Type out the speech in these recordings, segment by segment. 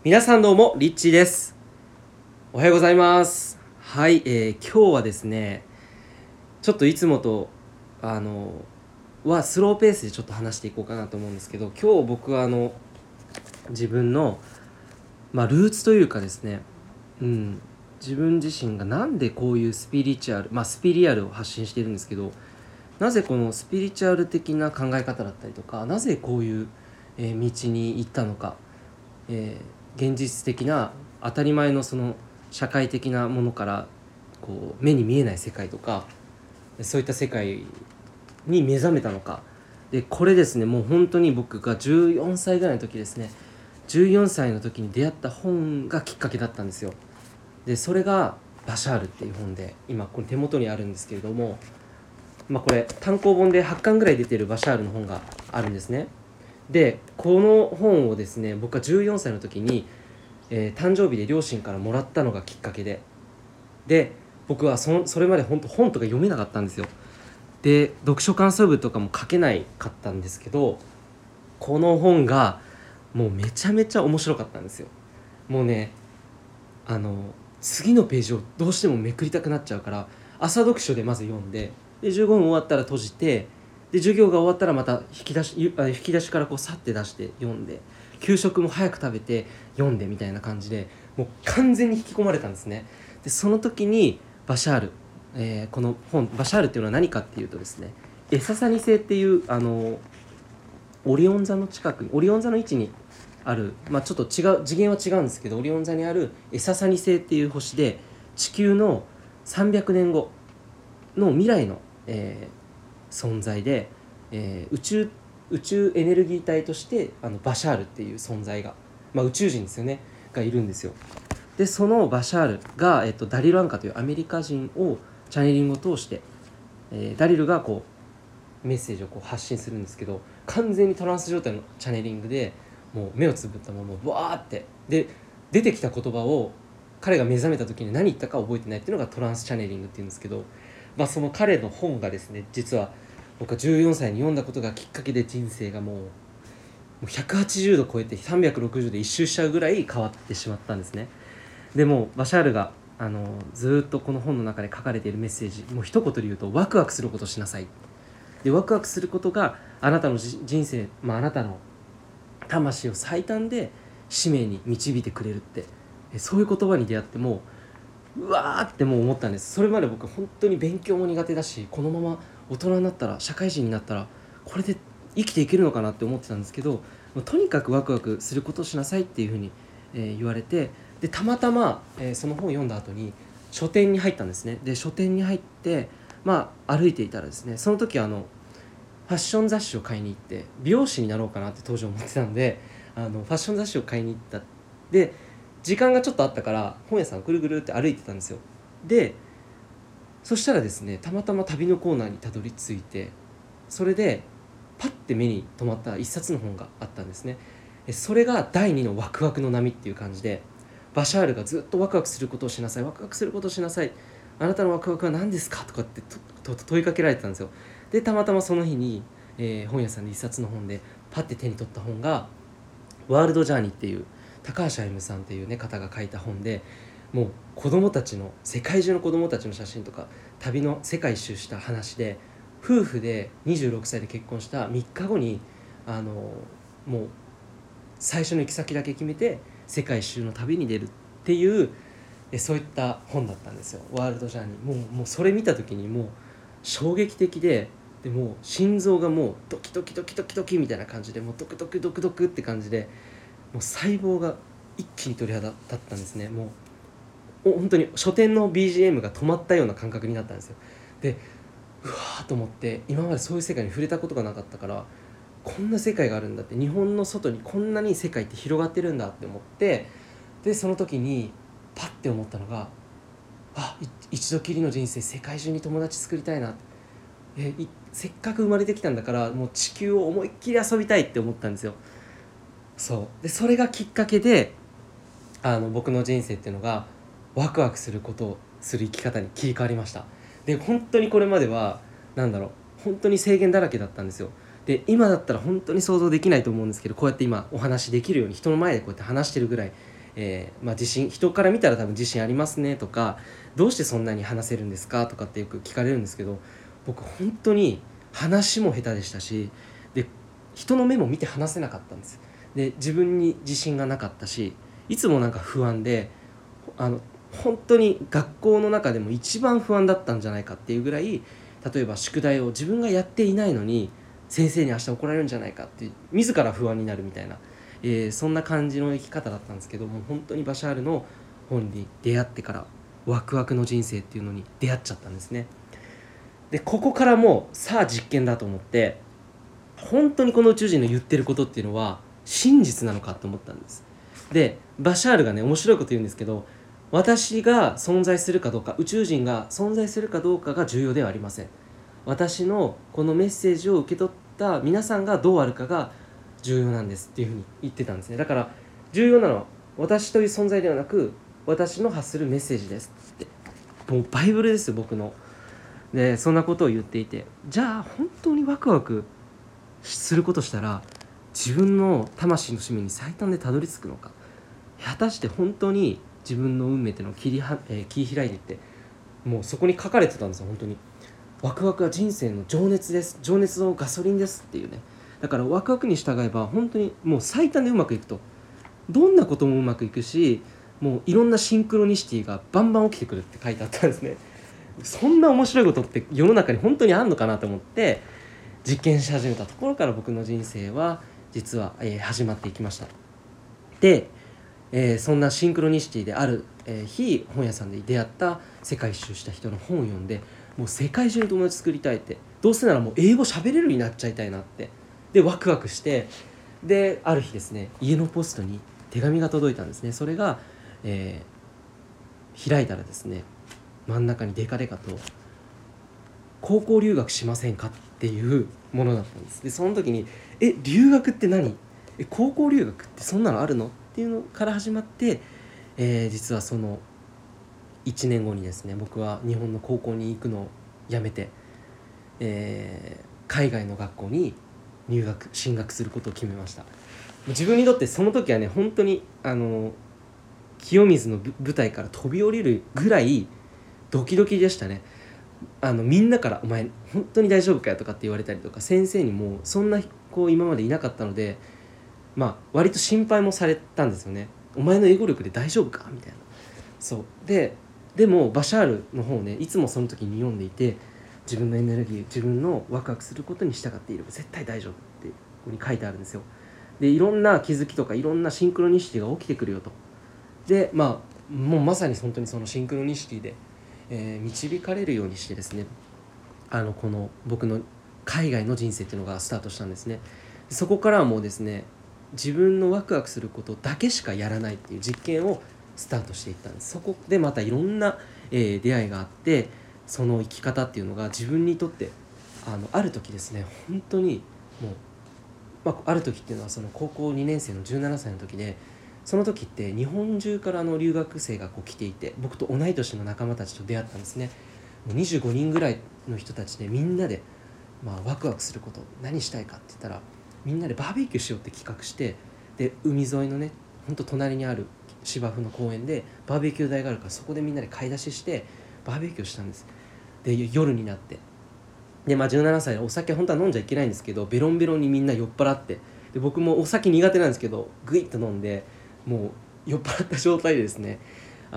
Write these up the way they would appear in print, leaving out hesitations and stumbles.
皆さんどうもリッチーです。おはようございます。はい、今日はですねちょっといつもとスローペースでちょっと話していこうかなと思うんですけど、今日僕は自分のルーツというかですね、自分自身がなんでこういうスピリチュアル、スピリアルを発信しているんですけど、なぜこのスピリチュアル的な考え方だったりとか、なぜこういう、道に行ったのか、現実的な当たり前のその社会的なものからこう目に見えない世界とか、そういった世界に目覚めたのか。でこれですね、もう本当に僕が14歳ぐらいの時ですね、14歳の時に出会った本がきっかけだったんですよ。でそれがバシャールっていう本で、今これ手元にあるんですけれども、これ単行本で8巻ぐらい出てるバシャールの本があるんですね。でこの本をですね、僕が14歳の時に、誕生日で両親からもらったのがきっかけで僕はそれまで本とか読めなかったんですよ。で読書感想文とかも書けないかったんですけど、この本がもうめちゃめちゃ面白かったんですよ。もうね、次のページをどうしてもめくりたくなっちゃうから、朝読書でまず読んで、15分終わったら閉じて、で授業が終わったらまた引き出しからこう去って出して読んで、給食も早く食べて読んでみたいな感じで、もう完全に引き込まれたんですね。でその時にバシャール、この本バシャールっていうのは何かっていうとですね、エササニ星っていうオリオン座の近くに、オリオン座の位置にある、ちょっと違う次元は違うんですけど、オリオン座にあるエササニ星っていう星で、地球の300年後の未来の、存在で、宇宙エネルギー体としてバシャールっていう存在が、宇宙人ですよねがいるんですよ。でそのバシャールが、ダリル・アンカというアメリカ人をチャネリングを通して、ダリルがこうメッセージをこう発信するんですけど、完全にトランス状態のチャネリングで、もう目をつぶったままわーってで出てきた言葉を彼が目覚めた時に何言ったか覚えてないっていうのがトランスチャネリングっていうんですけど、その彼の本がですね、実は僕は14歳に読んだことがきっかけで、人生がもう180度超えて360度で一周しちゃうぐらい変わってしまったんですね。でもバシャールがずっとこの本の中で書かれているメッセージ、もう一言で言うと、ワクワクすることをしなさい。でワクワクすることがあなたの人生、あなたの魂を最短で使命に導いてくれるって、そういう言葉に出会って、もうわーってもう思ったんです。それまで僕本当に勉強も苦手だし、このまま大人になったら、社会人になったらこれで生きていけるのかなって思ってたんですけど、もうとにかくワクワクすることをしなさいっていうふうに、言われて、でたまたま、その本を読んだ後に書店に入ったんですね。で書店に入って、歩いていたらですね、その時ファッション雑誌を買いに行って、美容師になろうかなって当時思ってたんで、ファッション雑誌を買いに行った。で時間がちょっとあったから本屋さんぐるぐるって歩いてたんですよ。でそしたらですね、たまたま旅のコーナーにたどり着いて、それでパッて目に留まった一冊の本があったんですね。それが第二のワクワクの波っていう感じで、バシャールがずっとワクワクすることをしなさい、ワクワクすることをしなさい、あなたのワクワクは何ですかとかって問いかけられてたんですよ。でたまたまその日に、本屋さんで一冊の本でパッて手に取った本がワールドジャーニーっていう高橋歩さんっていう、方が書いた本で、もう子供たちの、世界中の子供たちの写真とか、旅の世界一周した話で、夫婦で26歳で結婚した3日後にもう最初の行き先だけ決めて世界一周の旅に出るっていう、そういった本だったんですよ、ワールドジャーニー。もうそれ見た時にもう衝撃的で、もう心臓がもうドキドキドキドキドキみたいな感じで、もうドクドクドクドクって感じで、もう細胞が一気に鳥肌立ったんですね。もう本当に書店の BGM が止まったような感覚になったんですよ。でうわーと思って、今までそういう世界に触れたことがなかったから、こんな世界があるんだって、日本の外にこんなに世界って広がってるんだって思って、でその時にパッて思ったのが、一度きりの人生、世界中に友達作りたいな、せっかく生まれてきたんだから、もう地球を思いっきり遊びたいって思ったんですよ。そうでそれがきっかけで、僕の人生っていうのがワクワクすることをする生き方に切り替わりました。で本当にこれまでは本当に制限だらけだったんですよ。で今だったら本当に想像できないと思うんですけど、こうやって今お話できるように、人の前でこうやって話してるぐらい人から見たら多分自信ありますねとか、どうしてそんなに話せるんですかとかってよく聞かれるんですけど、僕本当に話も下手でしたし、で人の目も見て話せなかったんです。で自分に自信がなかったし、いつもなんか不安で、本当に学校の中でも一番不安だったんじゃないかっていうぐらい、例えば宿題を自分がやっていないのに先生に明日怒られるんじゃないかって自ら不安になるみたいな、そんな感じの生き方だったんですけども、本当にバシャールの本に出会ってからワクワクの人生っていうのに出会っちゃったんですね。でここからもうさあ実験だと思って、本当にこの宇宙人の言ってることっていうのは真実なのかと思ったんです。でバシャールがね面白いこと言うんですけど、私が存在するかどうか、宇宙人が存在するかどうかが重要ではありません。私のこのメッセージを受け取った皆さんがどうあるかが重要なんですっていうふうに言ってたんですね。だから重要なのは私という存在ではなく、私の発するメッセージですって、もうバイブルですよ僕の。でそんなことを言っていて、じゃあ本当にワクワクすることしたら自分の魂の使命に最短でたどり着くのか、果たして本当に自分の運命っていうのを切り開いていって、もうそこに書かれてたんですよ。本当にワクワクは人生の情熱です、情熱のガソリンですっていうね。だからワクワクに従えば本当にもう最短でうまくいくと、どんなこともうまくいくし、もういろんなシンクロニシティがバンバン起きてくるって書いてあったんですね。そんな面白いことって世の中に本当にあるのかなと思って実験し始めたところから、僕の人生は実は、始まっていきました。で、そんなシンクロニシティである、日本屋さんで出会った世界一周した人の本を読んで、もう世界中に友達作りたいって、どうせならもう英語喋れるようになっちゃいたいなって、でワクワクして、である日ですね、家のポストに手紙が届いたんですね。それが、開いたらですね、真ん中にデカデカと高校留学しませんかっていうものだったんです。でその時に留学って何、高校留学ってそんなのあるのっていうのから始まって、実はその1年後にですね、僕は日本の高校に行くのをやめて、海外の学校に進学することを決めました。自分にとってその時はね、本当に清水の舞台から飛び降りるぐらいドキドキでしたね。みんなから「お前本当に大丈夫かよ」とかって言われたりとか、先生にもそんな子今までいなかったので、割と心配もされたんですよね。お前の英語力で大丈夫かみたいな。そうでもバシャールの方をね、いつもその時に読んでいて、自分のエネルギー、自分のワクワクすることに従っていれば絶対大丈夫ってここに書いてあるんですよ。でいろんな気づきとかいろんなシンクロニシティが起きてくるよと。でもうまさに本当にそのシンクロニシティで、導かれるようにしてですね、この僕の海外の人生っていうのがスタートしたんですね。そこからはもうですね、自分のワクワクすることだけしかやらないっていう実験をスタートしていったんです。そこでまたいろんな、出会いがあって、その生き方っていうのが自分にとってある時ですね、本当にもう、ある時っていうのはその高校2年生の17歳の時で、その時って日本中から留学生が来ていて、僕と同い年の仲間たちと出会ったんですね。もう25人ぐらいの人たちでみんなで、ワクワクすること何したいかって言ったら、みんなでバーベキューしようって企画して、で海沿いのね、ほんと隣にある芝生の公園でバーベキュー台があるから、そこでみんなで買い出ししてバーベキューしたんです。で夜になって、で17歳でお酒本当は飲んじゃいけないんですけど、ベロンベロンにみんな酔っ払って、で僕もお酒苦手なんですけどグイッと飲んで、もう酔っ払った状態でですね、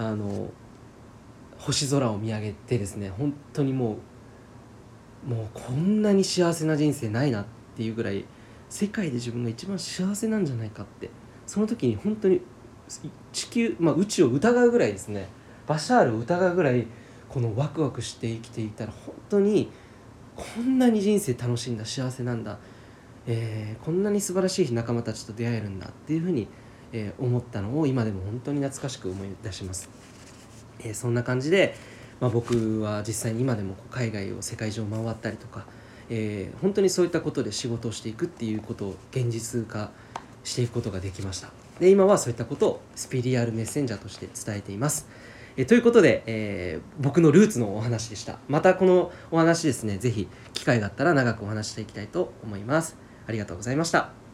星空を見上げてですね、本当にもうこんなに幸せな人生ないなっていうぐらい、世界で自分が一番幸せなんじゃないかって、その時に本当に宇宙を疑うぐらいですね、バシャールを疑うぐらい、このワクワクして生きていたら本当にこんなに人生楽しいんだ、幸せなんだ、こんなに素晴らしい仲間たちと出会えるんだっていうふうに、思ったのを今でも本当に懐かしく思い出します。そんな感じで、僕は実際に今でも海外を世界中を回ったりとか、本当にそういったことで仕事をしていくっていうことを現実化していくことができました。で今はそういったことをスピリアルメッセンジャーとして伝えています。ということで、僕のルーツのお話でした。またこのお話ですね、ぜひ機会があったら長くお話していきたいと思います。ありがとうございました。